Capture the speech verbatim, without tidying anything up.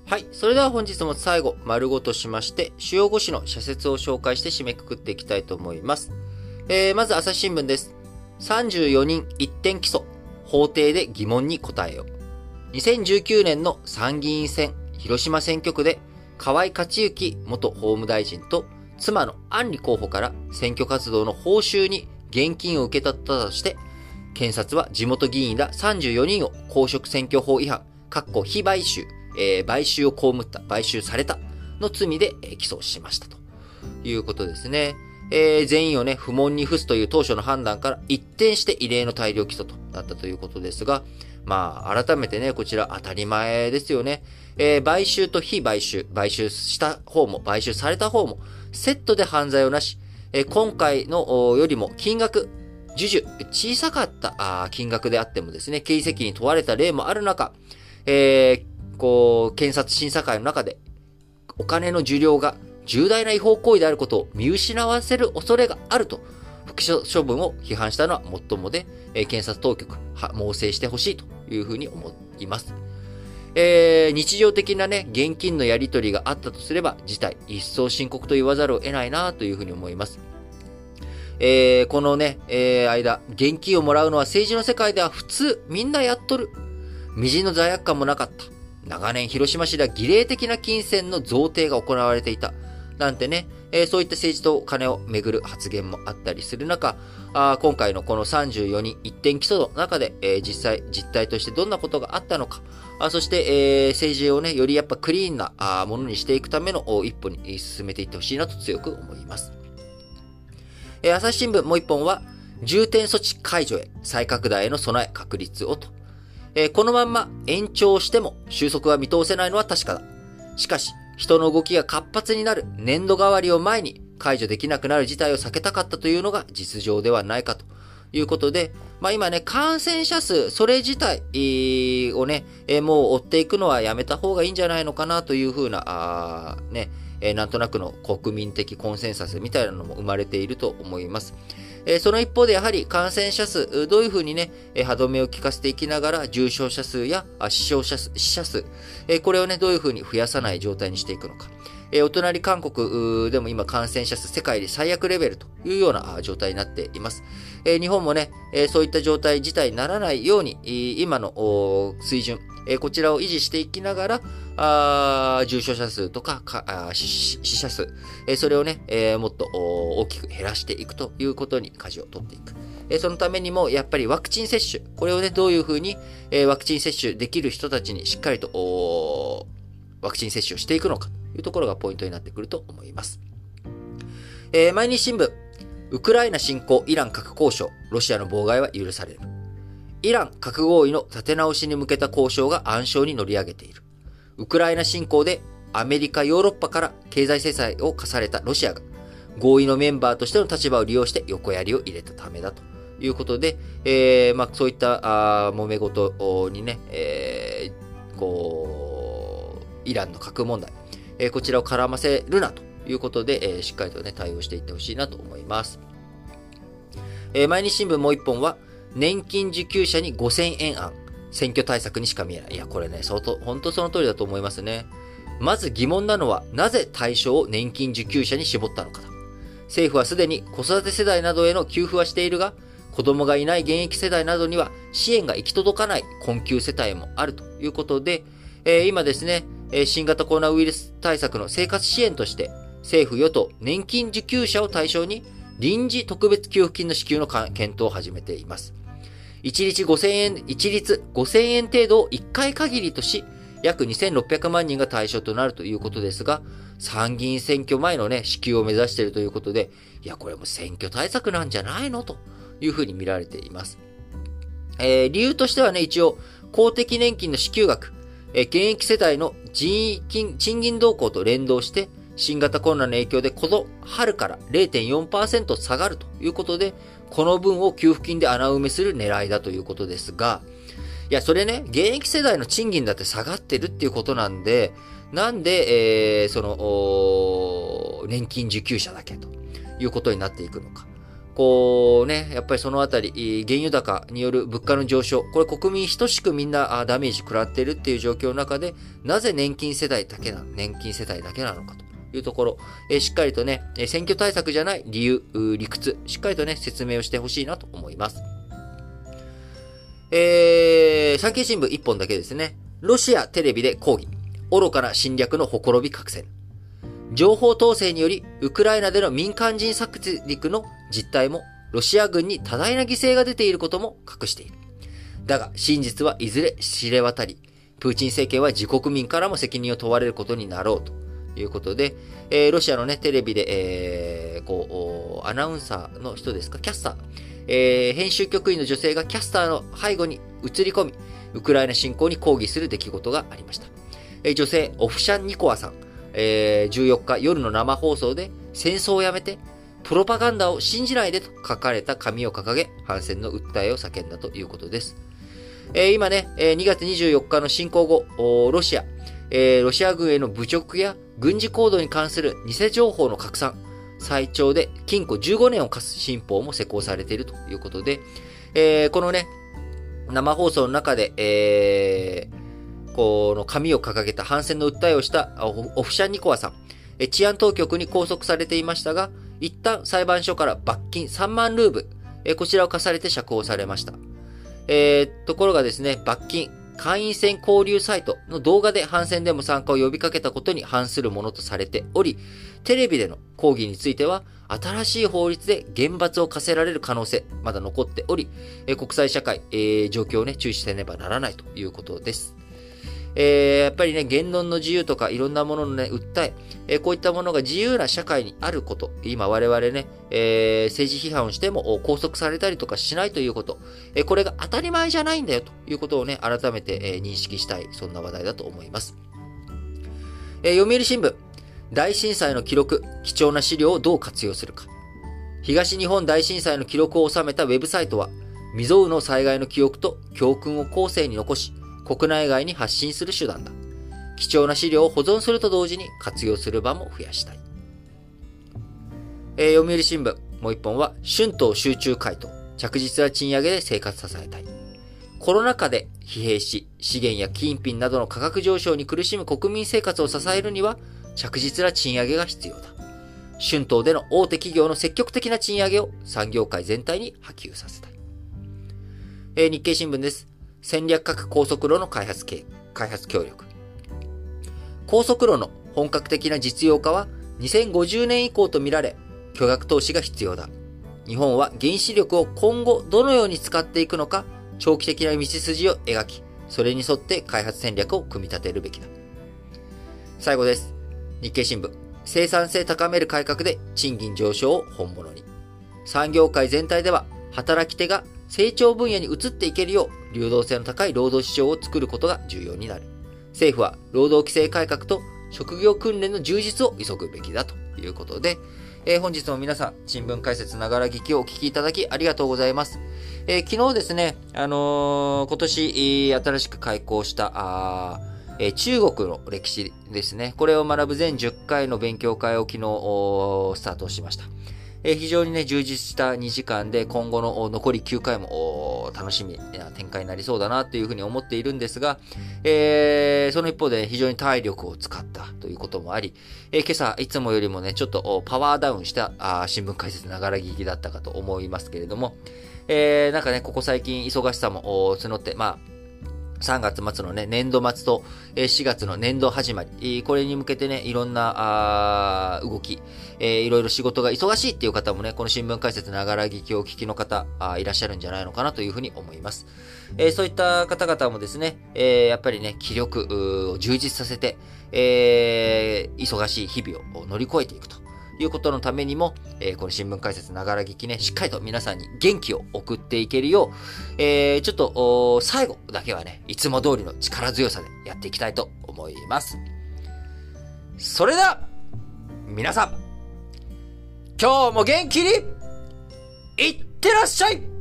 はい。それでは本日も最後、丸ごとしまして、主要ご紙の社説を紹介して締めくくっていきたいと思います。えー、まず朝日新聞です。さんじゅうよにん一点起訴。法廷で疑問に答えよ。にせんじゅうきゅうねんの参議院選、広島選挙区で、河井克行元法務大臣と妻の安里候補から選挙活動の報酬に現金を受け取ったとして、検察は地元議員らさんじゅうよにんを公職選挙法違反、かっこ非買収、えー、買収を被った、買収されたの罪で、えー、起訴しましたということですね。えー、全員をね、不問に付すという当初の判断から一転して異例の大量起訴となったということですが、まあ、改めてね、こちら当たり前ですよね。えー、買収と非買収、買収した方も、買収された方も、セットで犯罪をなし、えー、今回のよりも金額、授受、小さかったあ金額であってもですね、刑事責任問われた例もある中、えー、こう、検察審査会の中で、お金の受領が重大な違法行為であることを見失わせる恐れがあると、不起訴処分を批判したのはもっともで、えー、検察当局、猛省してほしいというふうに思います。えー、日常的なね、現金のやり取りがあったとすれば、事態、一層深刻と言わざるを得ないなというふうに思います。えー、このね、えー、間、現金をもらうのは政治の世界では普通、みんなやっとる。微塵の罪悪感もなかった。長年、広島市では儀礼的な金銭の贈呈が行われていた。なんてね、えー、そういった政治と金をめぐる発言もあったりする中、あ今回のこのさんじゅうよにん一点起訴の中で、えー、実際、実態としてどんなことがあったのか、あそして、えー、政治をね、よりやっぱクリーンなあものにしていくための一歩に進めていってほしいなと強く思います。えー、朝日新聞もう一本は、重点措置解除へ、再拡大への備え確立をと。えー、このまんま延長しても収束が見通せないのは確かだ。しかし、人の動きが活発になる年度替わりを前に解除できなくなる事態を避けたかったというのが実情ではないかということで、まあ今ね、感染者数、それ自体をね、えー、もう追っていくのはやめた方がいいんじゃないのかなというふうな、あね、えー、なんとなくの国民的コンセンサスみたいなのも生まれていると思います。えー、その一方でやはり感染者数、どういうふうにね、えー、歯止めを効かせていきながら重症者数や死傷者数、死者数、えー、これをね、どういうふうに増やさない状態にしていくのか。えー、お隣韓国でも今感染者数世界で最悪レベルというような状態になっています。えー、日本もね、えー、そういった状態自体にならないように、今の水準、えー、こちらを維持していきながら、あ重症者数とか、かあ死者数、えー、それをね、えー、もっと大きく減らしていくということに舵を取っていく。えー、そのためにも、やっぱりワクチン接種、これをね、どういうふうに、えー、ワクチン接種できる人たちにしっかりと、ワクチン接種をしていくのかというところがポイントになってくると思います。えー、毎日新聞、ウクライナ侵攻、イラン核交渉、ロシアの妨害は許される。イラン核合意の立て直しに向けた交渉が暗礁に乗り上げている。ウクライナ侵攻でアメリカ、ヨーロッパから経済制裁を課されたロシアが合意のメンバーとしての立場を利用して横槍を入れたためだということで、えー、まあそういったあ揉め事にね、えー、こうイランの核問題、えー、こちらを絡ませるなということで、えー、しっかりとね対応していってほしいなと思います。えー、毎日新聞もう一本は年金受給者にごせんえん案、選挙対策にしか見えない。いや、これね、相当、本当その通りだと思いますね。まず疑問なのは、なぜ対象を年金受給者に絞ったのかだ。政府はすでに子育て世代などへの給付はしているが、子供がいない現役世代などには支援が行き届かない困窮世帯もあるということで、えー、今ですね、新型コロナウイルス対策の生活支援として、政府与党年金受給者を対象に臨時特別給付金の支給の検討を始めています。一律ごせんえん、一律ごせんえん程度をいっかい限りとし、約にせんろっぴゃくまんにんが対象となるということですが、参議院選挙前のね、支給を目指しているということで、いや、これも選挙対策なんじゃないのというふうに見られています。えー、理由としてはね、一応、公的年金の支給額、えー、現役世帯の人金、賃金動向と連動して、新型コロナの影響でこの春から れいてんよんパーセント 下がるということで、この分を給付金で穴埋めする狙いだということですが、いや、それね、現役世代の賃金だって下がってるっていうことなんで、なんで、えー、その、年金受給者だけということになっていくのか。 こうね、やっぱりそのあたり、原油高による物価の上昇、これ国民等しくみんなダメージ食らっているっていう状況の中で、なぜ年金世代だけな、年金世帯だけなのかというところ、えー、しっかりとね、選挙対策じゃない理由、理屈、しっかりとね、説明をしてほしいなと思います。えー、産経新聞一本だけですね。ロシアテレビで抗議。愚かな侵略のほころび隠せる。情報統制により、ウクライナでの民間人殺戮の実態も、ロシア軍に多大な犠牲が出ていることも隠している。だが、真実はいずれ知れ渡り、プーチン政権は自国民からも責任を問われることになろうということで、えー、ロシアのね、テレビで、えー、こう、アナウンサーの人ですか、キャスター、えー、編集局員の女性がキャスターの背後に映り込み、ウクライナ侵攻に抗議する出来事がありました。えー、女性、オフシャンニコワさん、えー、じゅうよっか夜の生放送で、戦争をやめて、プロパガンダを信じないでと書かれた紙を掲げ、反戦の訴えを叫んだということです。えー、今ね、にがつにじゅうよっかの侵攻後、ロシア、えー、ロシア軍への侮辱や軍事行動に関する偽情報の拡散、最長で禁錮じゅうごねんを課す新法も施行されているということで、えー、このね、生放送の中で、えー、この紙を掲げた反戦の訴えをしたオフシャンニコワさん、治安当局に拘束されていましたが、一旦裁判所から罰金さんまんルーブル、こちらを課されて釈放されました。えー、ところがですね、罰金、会員戦交流サイトの動画で反戦デモ参加を呼びかけたことに反するものとされており、テレビでの抗議については、新しい法律で厳罰を課せられる可能性、まだ残っており、えー、国際社会、えー、状況をね、注視せねばならないということです。えー、やっぱりね、言論の自由とかいろんなもののね、訴え、えー、こういったものが自由な社会にあること、今我々ね、えー、政治批判をしても拘束されたりとかしないということ、えー、これが当たり前じゃないんだよということをね、改めて、えー、認識したい、そんな話題だと思います。えー、読売新聞、大震災の記録、貴重な資料をどう活用するか。東日本大震災の記録を収めたウェブサイトは、未曾有の災害の記憶と教訓を後世に残し、国内外に発信する手段だ。貴重な資料を保存すると同時に活用する場も増やしたい。えー、読売新聞、もう一本は、春闘集中回答。着実な賃上げで生活支えたい。コロナ禍で疲弊し、資源や金品などの価格上昇に苦しむ国民生活を支えるには、着実な賃上げが必要だ。春闘での大手企業の積極的な賃上げを産業界全体に波及させたい。えー、日経新聞です。戦略核高速炉の開発系、開発協力。高速炉の本格的な実用化はにせんごじゅうねん以降とみられ、巨額投資が必要だ。日本は原子力を今後どのように使っていくのか、長期的な道筋を描き、それに沿って開発戦略を組み立てるべきだ。最後です。日経新聞。生産性高める改革で賃金上昇を本物に。産業界全体では働き手が成長分野に移っていけるよう流動性の高い労働市場を作ることが重要になる。政府は労働規制改革と職業訓練の充実を急ぐべきだということで、えー、本日も皆さん新聞解説ながら聞きをお聞きいただきありがとうございます。えー、昨日ですね、あのー、今年、えー、新しく開講したあ、えー、中国の歴史ですね。これを学ぶ全じゅっかいの勉強会を昨日スタートしました。えー、非常にね、充実したにじかんで今後の残りきゅうかいも楽しみな展開になりそうだなというふうに思っているんですが、えー、その一方で非常に体力を使ったということもあり、えー、今朝いつもよりもね、ちょっとパワーダウンしたあ新聞解説ながら聞きだったかと思いますけれども、えー、なんかね、ここ最近忙しさも募って、まあ、さんがつ末のね、年度末としがつの年度始まり、これに向けてね、いろんな動き、えー、いろいろ仕事が忙しいっていう方もね、この新聞解説ながら聞きをお聞きの方いらっしゃるんじゃないのかなというふうに思います。えー、そういった方々もですね、えー、やっぱりね、気力を充実させて、えー、忙しい日々を乗り越えていくということのためにも、えー、この新聞解説ながら聞きね、しっかりと皆さんに元気を送っていけるよう、えー、ちょっと最後だけはね、いつも通りの力強さでやっていきたいと思います。それでは、皆さん、今日も元気にいってらっしゃい。